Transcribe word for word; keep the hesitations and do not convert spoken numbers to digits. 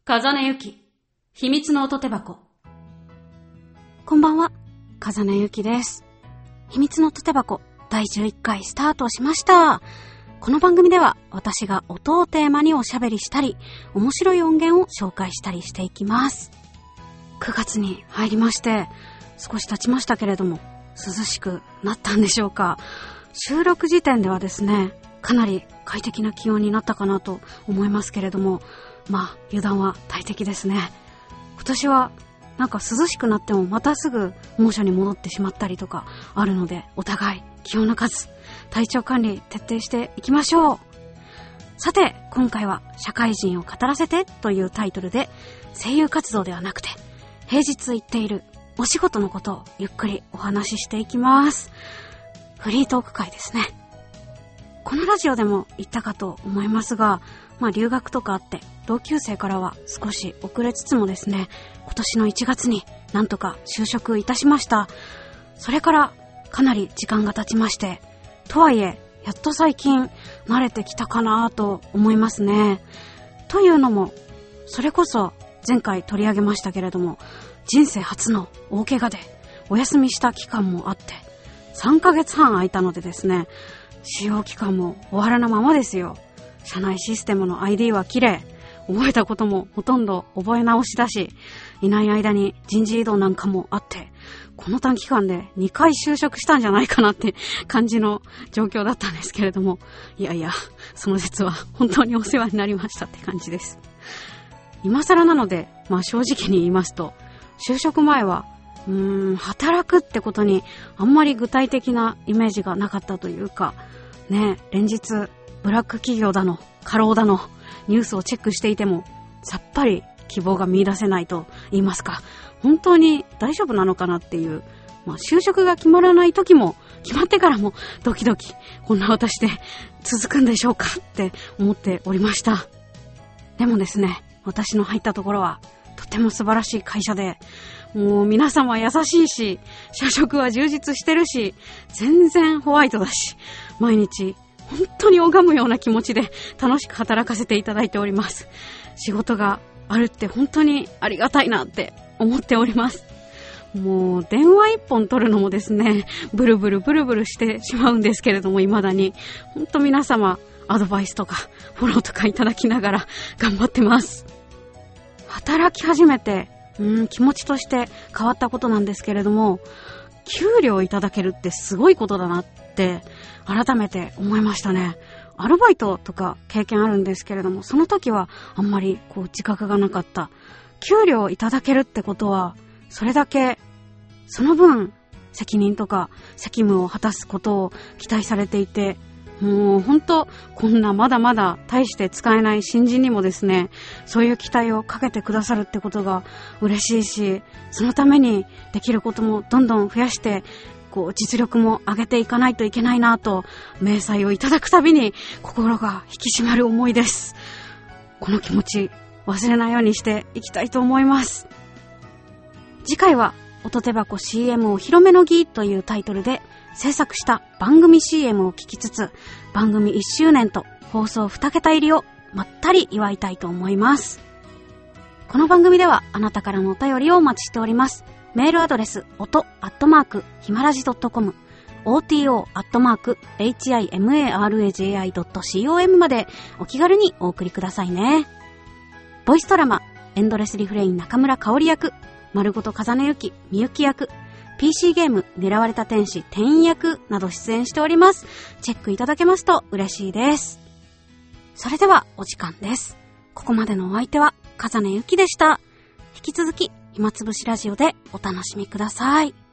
風根ゆき、秘密の音手箱。 こんばんは、風根ゆきです。秘密の音手箱だいじゅういっかいスタートしました。この番組では私が音をテーマにおしゃべりしたり、面白い音源を紹介したりしていきます。くがつに入りまして、少し経ちましたけれども、涼しくなったんでしょうか。収録時点ではですね、かなり快適な気温になったかなと思いますけれども、まあ油断は大敵ですね。今年はなんか涼しくなってもまたすぐ猛暑に戻ってしまったりとかあるので、お互い気を抜かず体調管理徹底していきましょう。さて、今回は社会人を語らせてというタイトルで、声優活動ではなくて平日行っているお仕事のことをゆっくりお話ししていきます。フリートーク会ですね。このラジオでも言ったかと思いますが、まあ留学とかあって同級生からは少し遅れつつもですね、今年のいちがつになんとか就職いたしました。それからかなり時間が経ちまして、とはいえやっと最近慣れてきたかなと思いますね。というのも、それこそ前回取り上げましたけれども、人生初の大怪我でお休みした期間もあってさんかげつはん空いたのでですね、使用期間も終わらぬままですよ。社内システムの アイディー は綺麗、覚えたこともほとんど覚え直しだし、いない間に人事異動なんかもあって、この短期間でにかい就職したんじゃないかなって感じの状況だったんですけれども、いやいや、その説は本当にお世話になりましたって感じです。今更なので、まあ正直に言いますと、就職前はうーん働くってことにあんまり具体的なイメージがなかったというかね、連日ブラック企業だの過労だのニュースをチェックしていても、さっぱり希望が見出せないと言いますか、本当に大丈夫なのかなっていう、まあ、就職が決まらない時も決まってからもドキドキ、こんな私で続くんでしょうかって思っておりました。でもですね、私の入ったところはとても素晴らしい会社で、もう皆様優しいし、社食は充実してるし、全然ホワイトだし、毎日本当に拝むような気持ちで楽しく働かせていただいております。仕事があるって本当にありがたいなって思っております。もう電話一本取るのもですね、ブルブルブルブルしてしまうんですけれども、未だに本当皆様アドバイスとかフォローとかいただきながら頑張ってます。働き始めてうーん気持ちとして変わったことなんですけれども、給料いただけるってすごいことだなって改めて思いましたね。アルバイトとか経験あるんですけれども、その時はあんまりこう自覚がなかった。給料いただけるってことは、それだけその分責任とか責務を果たすことを期待されていて、もう本当こんなまだまだ大して使えない新人にもですね、そういう期待をかけてくださるってことが嬉しいし、そのためにできることもどんどん増やしてこう実力も上げていかないといけないなと、明細をいただくたびに心が引き締まる思いです。この気持ち忘れないようにしていきたいと思います。次回は音手箱 シーエム お披露目の儀というタイトルで制作した番組 シーエム を聞きつつ、番組いっしゅうねんと放送に桁入りをまったり祝いたいと思います。この番組ではあなたからのお便りをお待ちしております。メールアドレス音アットマークヒマラジドットコム、 オーティーオー アットマーク エイチアイエムエーアールエージェーアイ ドットコム までお気軽にお送りくださいね。ボイスドラマエンドレスリフレイン中村香織役、丸ごと風根ゆきみゆき役、ピーシー ゲーム狙われた天使店員役など出演しております。チェックいただけますと嬉しいです。それではお時間です。ここまでのお相手は風根ゆきでした。引き続き暇つぶしラジオでお楽しみください。